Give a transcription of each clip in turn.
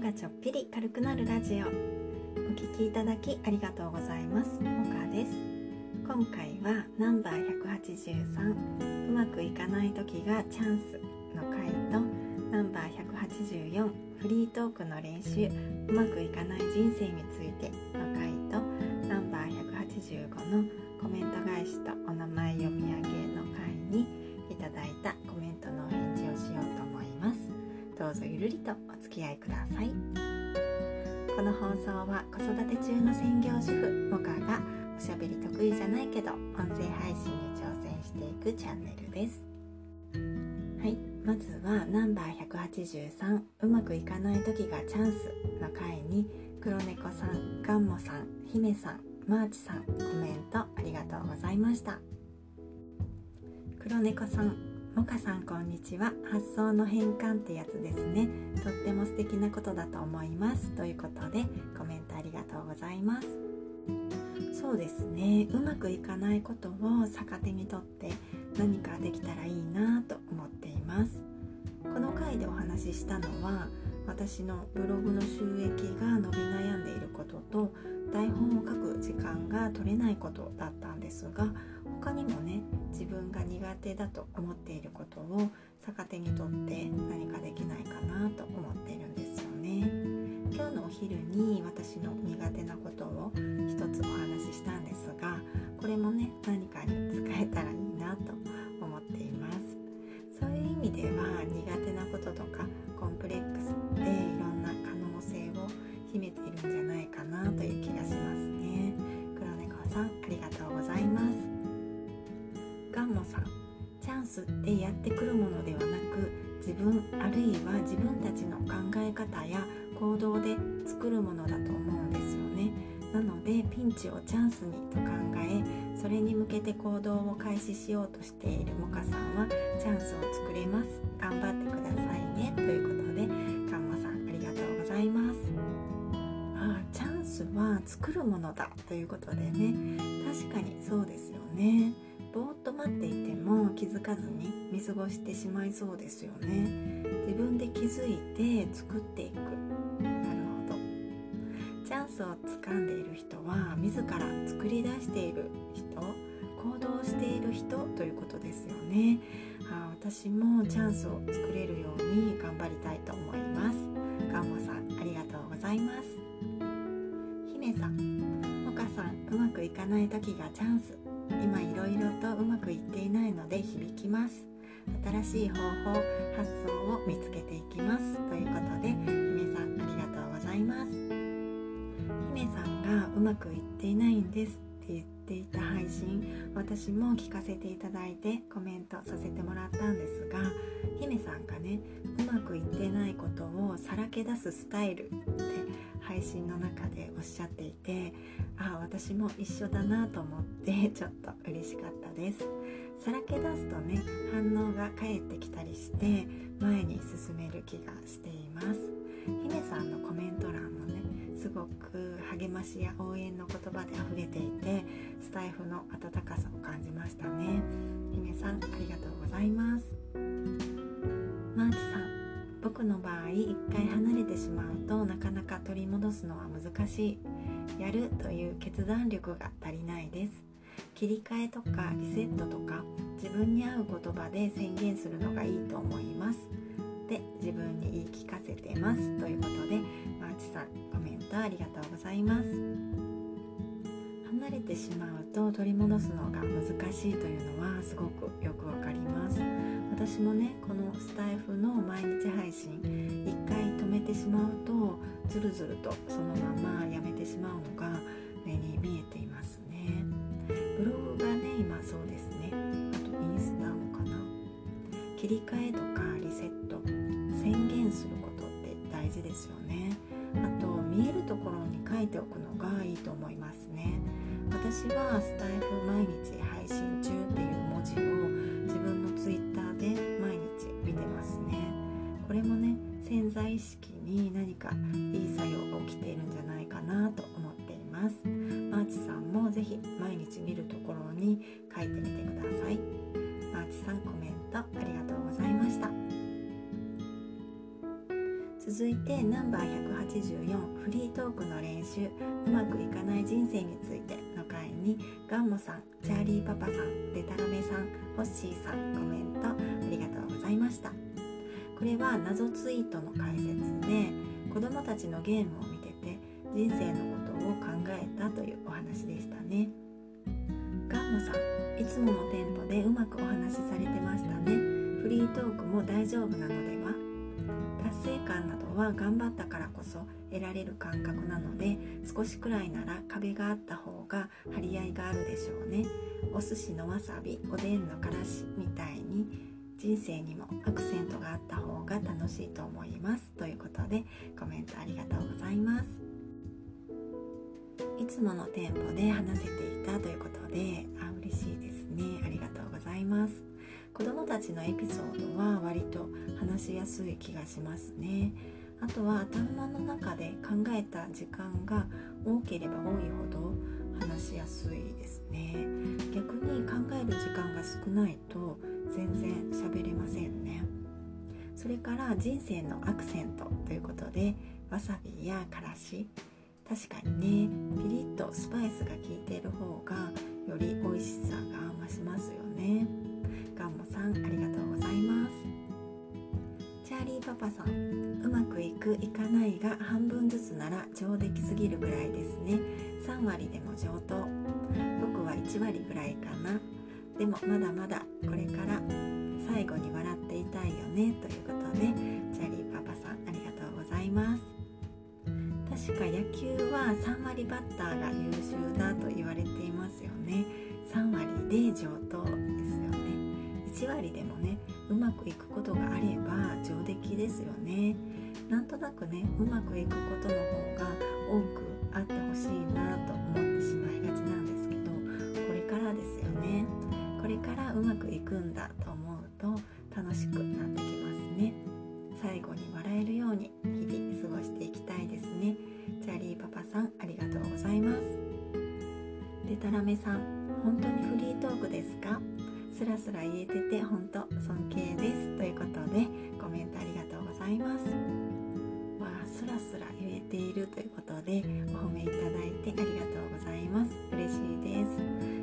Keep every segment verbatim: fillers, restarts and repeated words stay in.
がちょっぴり軽くなるラジオ。お聞きいただきありがとうございます。モカです。今回はナンバーひゃくはちじゅうさん、うまくいかない時がチャンスの回と、ナンバーひゃくはちじゅうよん、フリートークの練習、うまくいかない人生についての回と、ナンバーひゃくはちじゅうごのコメント返しとお名前読み上げの回にいただいたコメントのお返事をしようと思います。どうぞゆるりとお付き合いください。この放送は子育て中の専業主婦モカがおしゃべり得意じゃないけど音声配信に挑戦していくチャンネルです。はい、まずはナンバーひゃくはちじゅうさん、うまくいかない時がチャンスの回に、黒猫さん、ガンモさん、姫さん、マーチさん、コメントありがとうございました。黒猫さん、モカさんこんにちは。発想の変換ってやつですね。とっても素敵なことだと思います。ということでコメントありがとうございます。そうですね、うまくいかないことを逆手にとって何かできたらいいなと思っています。この回でお話ししたのは、私のブログの収益が伸び悩んでいることと、台本を書く時間が取れないことだったんですが、他にもね、自分が苦手だと思っていることを逆手にとって何かできないかなと思っているんですよね。今日のお昼に私の苦手なことを一つお話ししたんですが、これもね、何かに使えたらいいなと思っています。そういう意味では、苦手なこととかコンプレックスっていろんな可能性を秘めているんじゃないかなという気がしますね。黒猫さん、ありがとうございます。ガンモさん、チャンスってやってくるものではなく、自分あるいは自分たちの考え方や行動で作るものだと思うんですよね。なのでピンチをチャンスにと考え、それに向けて行動を開始しようとしているモカさんはチャンスを作れます。頑張ってくださいね。ということで、ガンモさんありがとうございます。ああ、チャンスは作るものだということでね、確かにそうですよね。ぼーっと待っていても気づかずに見過ごしてしまいそうですよね。自分で気づいて作っていく。なるほど。チャンスを掴んでいる人は自ら作り出している人、行動している人ということですよね。あ、私もチャンスを作れるように頑張りたいと思います。ガンモさんありがとうございます。姫さん、モカさん、うまくいかない時がチャンス。今いろいろとうまくいっていないので響きます。新しい方法、発想を見つけていきます。ということで、姫さんありがとうございます。姫さんがうまくいっていないんですって言っていた配信、私も聞かせていただいてコメントさせてもらったんですが、姫さんがね、うまくいってないことをさらけ出すスタイルって配信の中でおっしゃっていて、ああ、私も一緒だなと思ってちょっと嬉しかったです。さらけ出すとね、反応が返ってきたりして前に進める気がしています。姫さんのコメント欄もね、すごく励ましや応援の言葉で溢れていて、スタイフの温かさを感じましたね。姫さんありがとうございます。マーチさん、僕の場合一回離れてしまうとなかなか取り戻すのは難しい。やるという決断力が足りないです。切り替えとかリセットとか自分に合う言葉で宣言するのがいいと思いますで、自分に言い聞かせてます。ということで、マーチさんコメントありがとうございます。離れてしまうと取り戻すのが難しいというのはすごくよくわかります。私もね、このスタイフの毎日配信一回止めてしまうとずるずるとそのままやめてしまうのが目に見えていますね。ブログがね、今そうですね。あとインスタもかな。切り替えとかリセット、宣言することって大事ですよね。あと見えるところに書いておくのがいいと思いますね。私はスタイフ毎日配信中っていう文字を自分のツイッターで毎日見てますね。これもね、潜在意識に何かいい作用が起きているんじゃないかなと思っています。マーチさんもぜひ毎日見るところに書いてみてください。マーチさんコメントありがとうございました。 続いてナンバーひゃくはちじゅうよんフリートークの練習うまくいかない人生についての回にガンモさん、チャーリーパパさん、デタラメさん、ホッシーさんコメントありがとうございました。これは謎ツイートの解説で子どもたちのゲームを見てて人生のことを考えたというお話でしたね。ガンモさん、いつものテンポでうまくお話しされてましたね。フリートークも大丈夫なのでは？達成感などは頑張ったからこそ得られる感覚なので少しくらいなら壁があった方が張り合いがあるでしょうね。お寿司のわさび、おでんのからしみたいに人生にもアクセントがあった方が楽しいと思いますということでコメントありがとうございます。いつものテンポで話せていたということであ嬉しいですね。ありがとうございます。子どもたちのエピソードは割と話しやすい気がしますね。あとは頭の中で考えた時間が多ければ多いほど話しやすいですね。逆に考える時間が少ないと全然喋れませんね。それから人生のアクセントということでわさびやからし、確かにねピリッとスパイスが効いている方がより美味しさが増しますよね。ガンモさんありがとうございます。チャーリーパパさん、うまくいくいかないが半分ずつなら上出来すぎるぐらいですね。さん割でも上等、僕はいち割ぐらいかな。でもまだまだこれから最後に笑っていたいよねということでチャーリーパパさんありがとうございます。確か野球はさん割バッターが優秀だと言われていますよね。さん割で上等ですよね。いち割でもねうまくいくことがあれば上出来ですよね。なんとなくねうまくいくことの方が多くあってほしいなと思ってしまいがちなんですけど、これからですよね。これからうまくいくんだと思うと楽しくなってきますね。最後に笑えるように日々過ごしていきたいですね。チャーリーパパさんありがとうございます。デタラメさん、本当にフリートークですか？スラスラ言えてて本当尊敬ですということでコメントありがとうございます。わあ、スラスラ言えているということでお褒めいただいてありがとうございます。嬉しいです。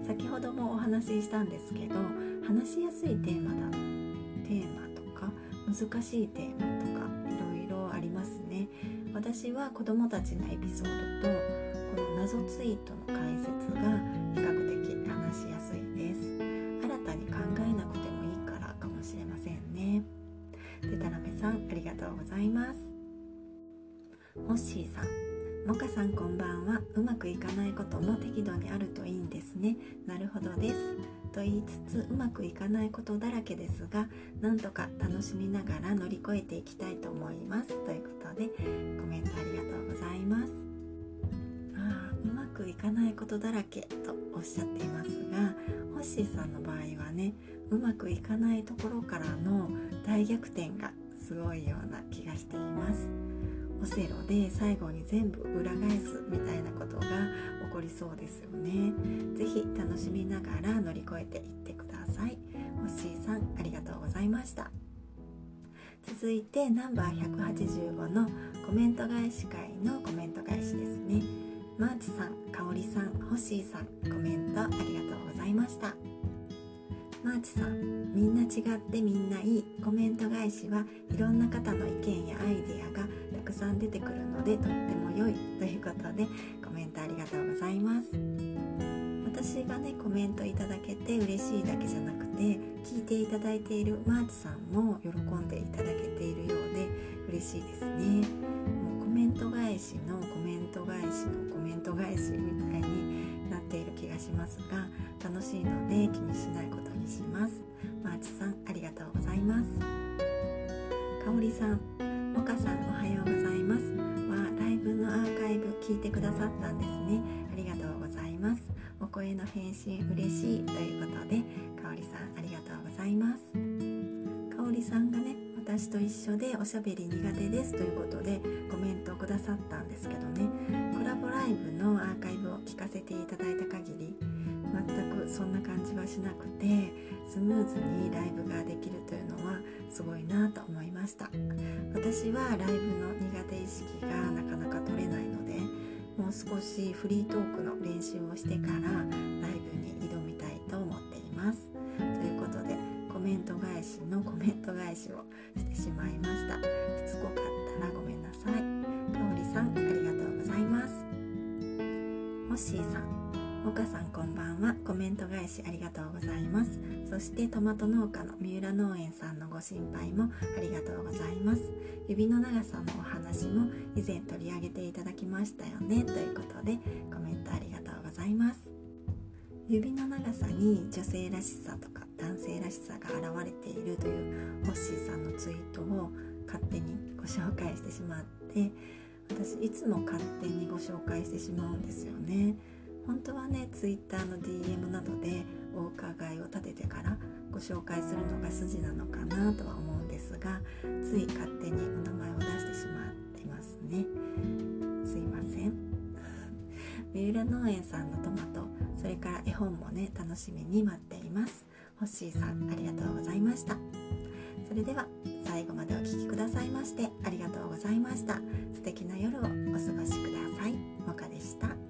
先ほどもお話ししたんですけど話しやすいテーマだテーマとか難しいテーマとかいろいろありますね。私は子どもたちのエピソードとこの謎ツイートの解説が比較的話しやすいです。新たに考えなくてもいいからかもしれませんね。でたらめさんありがとうございます。ホッシーさん、モカさんこんばんは。うまくいかないことも適度にあるといいんですね。なるほどですと言いつつうまくいかないことだらけですがなんとか楽しみながら乗り越えていきたいと思いますということでコメントありがとうございます。あうまくいかないことだらけとおっしゃっていますがホッシーさんの場合はねうまくいかないところからの大逆転がすごいような気がしています。オセロで最後に全部裏返すみたいなことが起こりそうですよね。ぜひ楽しみながら乗り越えていってください。ホッシーさんありがとうございました。続いてナンバーひゃくはちじゅうごのコメント返し会のコメント返しですね。マーチさん、かおりさん、ホッシーさんコメントありがとうございました。マーチさん、みんな違ってみんないい。コメント返しはいろんな方の意見やアイデアがたくさん出てくるのでとっても良いということでコメントありがとうございます。私がねコメントいただけて嬉しいだけじゃなくて聞いていただいているマーチさんも喜んでいただけているようで嬉しいですね。もうコメント返しのコメント返しのコメント返しみたいになっている気がしますが楽しいので気にしないことにします。マーチさんありがとうございます。かおりさん、もかさんおはようございます。はライブのアーカイブ聞いてくださったんですね。ありがとうございます。お声の返信嬉しいということでかおりさんありがとうございます。かおりさんがね私と一緒でおしゃべり苦手ですということでコメントをくださったんですけどね、コラボライブのアーカイブを聞かせていただいた限り全くそんな感じはしなくて、スムーズにライブができるというのはすごいなと思いました。私はライブの苦手意識がなかなか取れないので、もう少しフリートークの練習をしてからライブに挑みたいと思っています。ということでコメント返しのコメント返しをしてしまいました。しつこかったらごめんなさい。かおりさん、ありがとうございます。もっしーさん、もかさんこんばんは。コメント返しありがとうございます。そしてトマト農家の三浦農園さんのご心配もありがとうございます。指の長さのお話も以前取り上げていただきましたよね、ということでコメントありがとうございます。指の長さに女性らしさとか男性らしさが現れているというホッシーさんのツイートを勝手にご紹介してしまって、私いつも勝手にご紹介してしまうんですよね。本当はね、ツイッターの ディーエム などでお伺いを立ててからご紹介するのが筋なのかなとは思うんですが、つい勝手にお名前を出してしまっていますね。すいません。三浦農園さんのトマト、それから絵本もね、楽しみに待っています。ホッシーさん、ありがとうございました。それでは最後までお聞きくださいましてありがとうございました。素敵な夜をお過ごしください。もかでした。